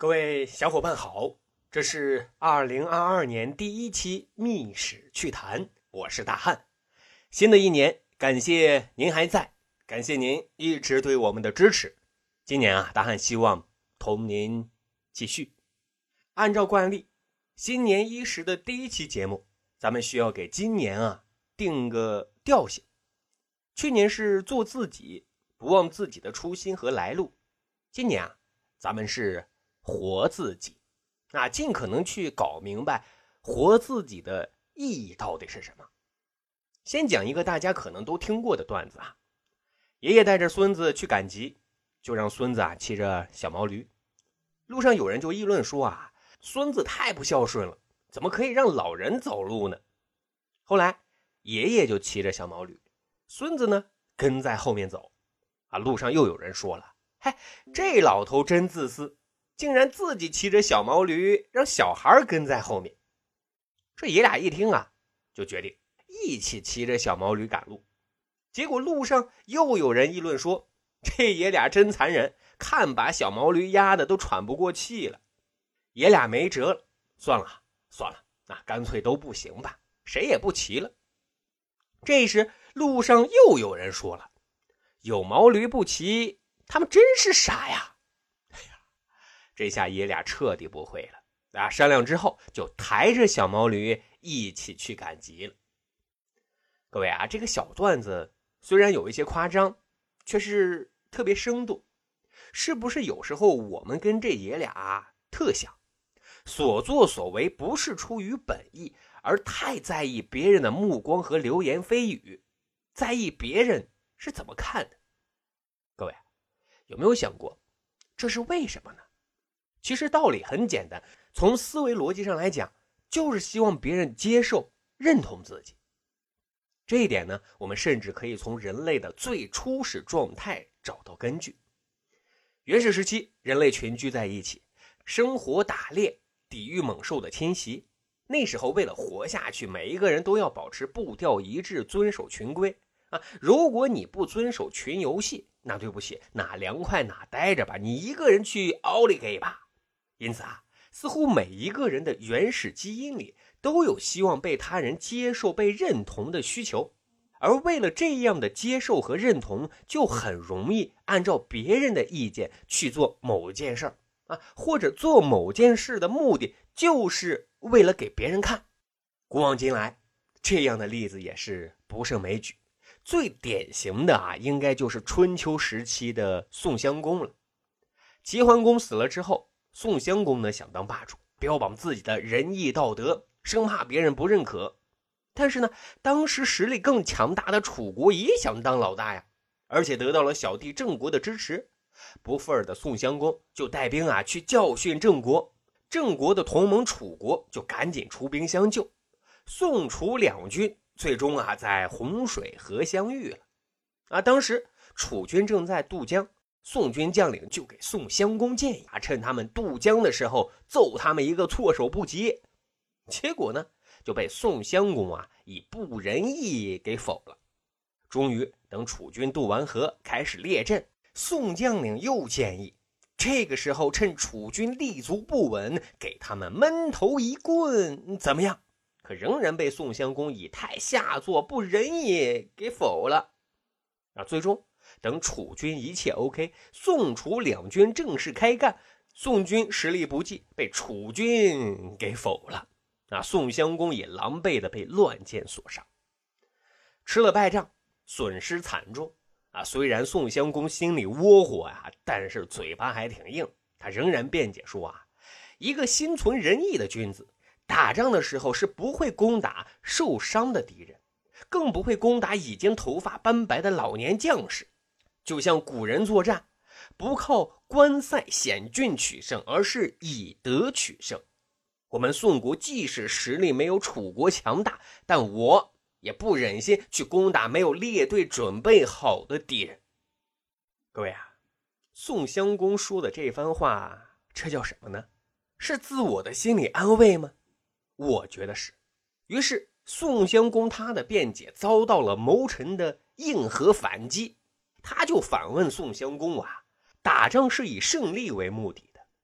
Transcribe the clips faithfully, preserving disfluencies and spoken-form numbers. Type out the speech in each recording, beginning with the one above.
各位小伙伴好，这是二零二二年第一期密史趣谈，我是大汉。新的一年，感谢您还在，感谢您一直对我们的支持。今年啊，大汉希望同您继续。按照惯例，新年伊始的第一期节目，咱们需要给今年啊定个调性。去年是做自己，不忘自己的初心和来路。今年啊，咱们是活自己，啊，尽可能去搞明白活自己的意义到底是什么。先讲一个大家可能都听过的段子啊，爷爷带着孙子去赶集，就让孙子啊骑着小毛驴。路上有人就议论说啊，孙子太不孝顺了，怎么可以让老人走路呢？后来爷爷就骑着小毛驴，孙子呢跟在后面走。啊，路上又有人说了，嗨，这老头真自私，竟然自己骑着小毛驴，让小孩跟在后面。这爷俩一听啊，就决定一起骑着小毛驴赶路。结果路上又有人议论说，这爷俩真残忍，看把小毛驴压的都喘不过气了。爷俩没辙了，算了算了，那干脆都不行吧，谁也不骑了。这时路上又有人说了，有毛驴不骑，他们真是傻呀。哎呀，这下爷俩彻底不会了啊！商量之后，就抬着小毛驴一起去赶集了。各位啊，这个小段子虽然有一些夸张，却是特别生动。是不是有时候我们跟这爷俩特像，所作所为不是出于本意，而太在意别人的目光和流言蜚语，在意别人是怎么看的？各位有没有想过这是为什么呢？其实道理很简单，从思维逻辑上来讲，就是希望别人接受认同自己。这一点呢，我们甚至可以从人类的最初始状态找到根据。原始时期，人类群居在一起，生活打猎，抵御猛兽的侵袭。那时候为了活下去，每一个人都要保持步调一致，遵守群规啊！如果你不遵守群游戏，那对不起，哪凉快哪待着吧，你一个人去奥利给吧。因此啊，似乎每一个人的原始基因里都有希望被他人接受、被认同的需求，而为了这样的接受和认同，就很容易按照别人的意见去做某件事啊，或者做某件事的目的就是为了给别人看。古往今来，这样的例子也是不胜枚举。最典型的啊，应该就是春秋时期的宋襄公了。齐桓公死了之后，宋襄公呢想当霸主，标榜自己的仁义道德，生怕别人不认可。但是呢，当时实力更强大的楚国也想当老大呀，而且得到了小弟郑国的支持。不忿的宋襄公就带兵啊去教训郑国，郑国的同盟楚国就赶紧出兵相救。宋楚两军最终啊在洪水河相遇了啊！当时楚军正在渡江，宋军将领就给宋襄公建议啊，趁他们渡江的时候揍他们一个措手不及。结果呢，就被宋襄公啊以不仁义给否了。终于等楚军渡完河开始列阵，宋将领又建议，这个时候趁楚军立足不稳，给他们闷头一棍，怎么样？可仍然被宋襄公以太下作不仁义给否了。啊，最终等楚军一切 OK， 宋楚两军正式开干，宋军实力不济，被楚军给否了。啊，宋襄公也狼狈的被乱箭所伤，吃了败仗，损失惨重。啊，虽然宋襄公心里窝火啊，但是嘴巴还挺硬，他仍然辩解说啊，一个心存仁义的君子，打仗的时候是不会攻打受伤的敌人，更不会攻打已经头发斑白的老年将士。就像古人作战，不靠关塞险峻取胜，而是以德取胜。我们宋国即使实力没有楚国强大，但我也不忍心去攻打没有列队准备好的敌人。各位啊，宋襄公说的这番话，这叫什么呢？是自我的心理安慰吗？我觉得是。于是宋襄公他的辩解遭到了谋臣的应和反击，他就反问宋襄公啊，打仗是以胜利为目的的，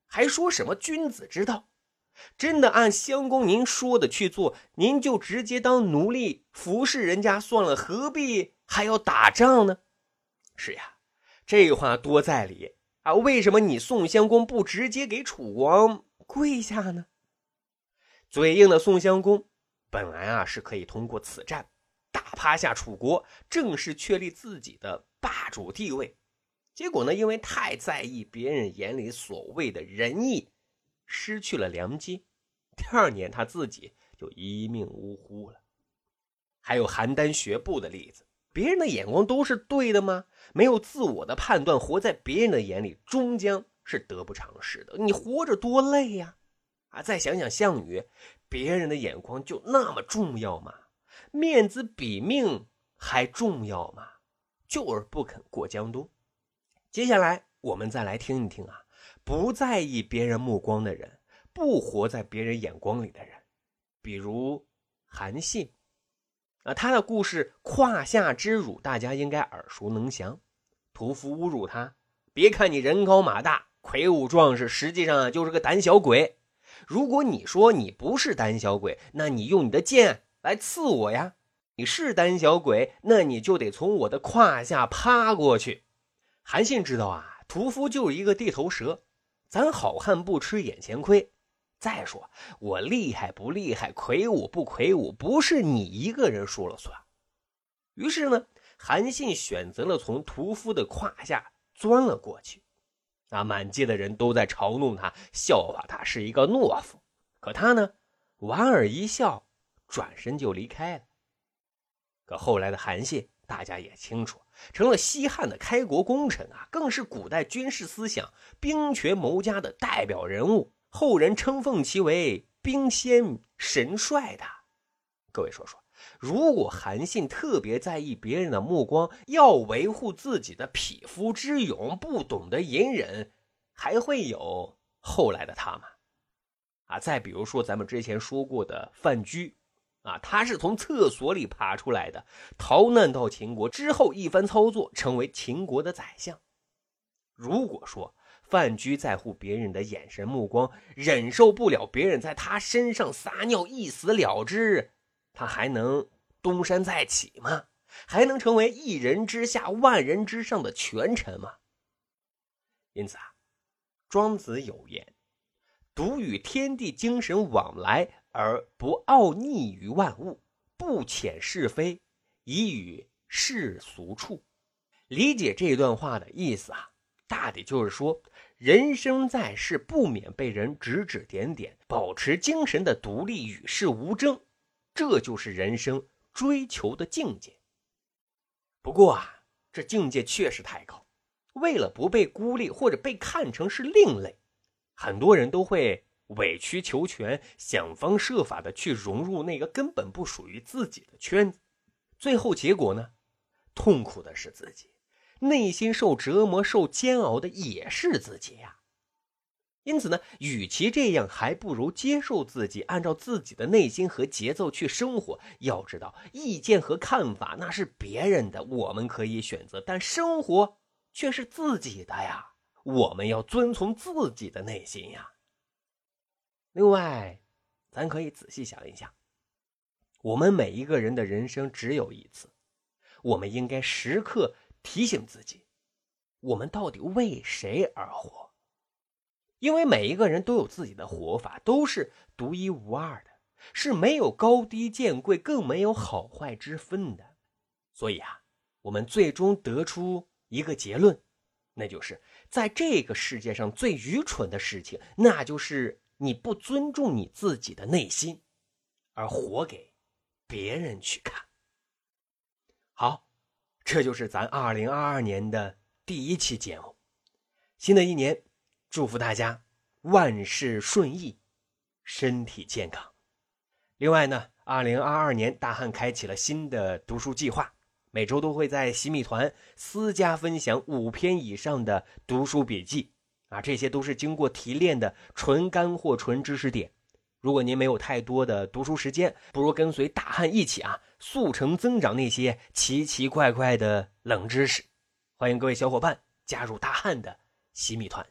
还说什么君子之道？真的按相公您说的去做，您就直接当奴隶服侍人家算了，何必还要打仗呢？是呀，这话多在理啊！为什么你宋襄公不直接给楚王跪下呢？嘴硬的宋襄公本来啊是可以通过此战打趴下楚国，正式确立自己的霸主地位。结果呢，因为太在意别人眼里所谓的仁义，失去了良机，第二年他自己就一命呜呼了。还有邯郸学步的例子，别人的眼光都是对的吗？没有自我的判断，活在别人的眼里终将是得不偿失的。你活着多累呀！啊，再想想项羽，别人的眼光就那么重要吗？面子比命还重要吗？就是不肯过江东。接下来我们再来听一听啊，不在意别人目光的人，不活在别人眼光里的人，比如韩信啊，他的故事胯下之辱大家应该耳熟能详。屠夫侮辱他，别看你人高马大魁梧壮士，实际上就是个胆小鬼。如果你说你不是胆小鬼，那你用你的剑来刺我呀。你是胆小鬼，那你就得从我的胯下趴过去。韩信知道啊，屠夫就是一个地头蛇，咱好汉不吃眼前亏。再说我厉害不厉害，魁梧不魁梧，不是你一个人说了算。于是呢，韩信选择了从屠夫的胯下钻了过去。啊，满街的人都在嘲弄他，笑话他是一个懦夫。可他呢，莞尔一笑，转身就离开了。可后来的韩信大家也清楚，成了西汉的开国功臣啊，更是古代军事思想兵权谋家的代表人物，后人称奉其为兵仙神帅的。各位说说，如果韩信特别在意别人的目光，要维护自己的匹夫之勇，不懂得隐忍，还会有后来的他吗？啊，再比如说咱们之前说过的范雎啊，他是从厕所里爬出来的，逃难到秦国之后，一番操作成为秦国的宰相。如果说范雎在乎别人的眼神目光，忍受不了别人在他身上撒尿一死了之，他还能东山再起吗？还能成为一人之下万人之上的权臣吗？因此啊，庄子有言，独与天地精神往来，而不傲逆于万物，不遣是非，以与世俗处。理解这段话的意思啊，大抵就是说，人生在世不免被人指指点点，保持精神的独立，与世无争，这就是人生追求的境界。不过啊，这境界确实太高，为了不被孤立或者被看成是另类，很多人都会委曲求全，想方设法的去融入那个根本不属于自己的圈子。最后结果呢，痛苦的是自己，内心受折磨受煎熬的也是自己呀。因此呢，与其这样，还不如接受自己，按照自己的内心和节奏去生活。要知道，意见和看法那是别人的，我们可以选择，但生活却是自己的呀，我们要遵从自己的内心呀。另外，咱可以仔细想一想，我们每一个人的人生只有一次，我们应该时刻提醒自己，我们到底为谁而活？因为每一个人都有自己的活法，都是独一无二的，是没有高低贱贵，更没有好坏之分的。所以啊，我们最终得出一个结论，那就是在这个世界上最愚蠢的事情，那就是你不尊重你自己的内心，而活给别人去看。好，这就是咱二零二二年的第一期节目。新的一年，祝福大家万事顺意，身体健康。另外呢，二零二二年大汉开启了新的读书计划，每周都会在洗米团私家分享五篇以上的读书笔记啊，这些都是经过提炼的纯干货、纯知识点。如果您没有太多的读书时间，不如跟随大汉一起啊，速成增长那些奇奇怪怪的冷知识。欢迎各位小伙伴加入大汉的洗米团。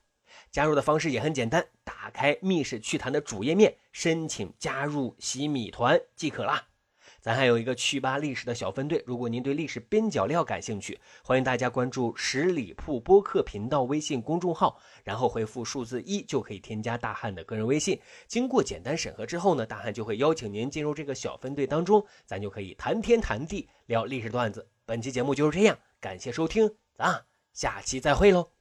加入的方式也很简单，打开密室趣谈的主页面，申请加入洗米团即可啦。咱还有一个趣吧历史的小分队，如果您对历史边角料感兴趣，欢迎大家关注十里铺播客频道微信公众号，然后回复数字一就可以添加大汉的个人微信。经过简单审核之后呢，大汉就会邀请您进入这个小分队当中，咱就可以谈天谈地聊历史段子。本期节目就是这样，感谢收听，咱下期再会喽。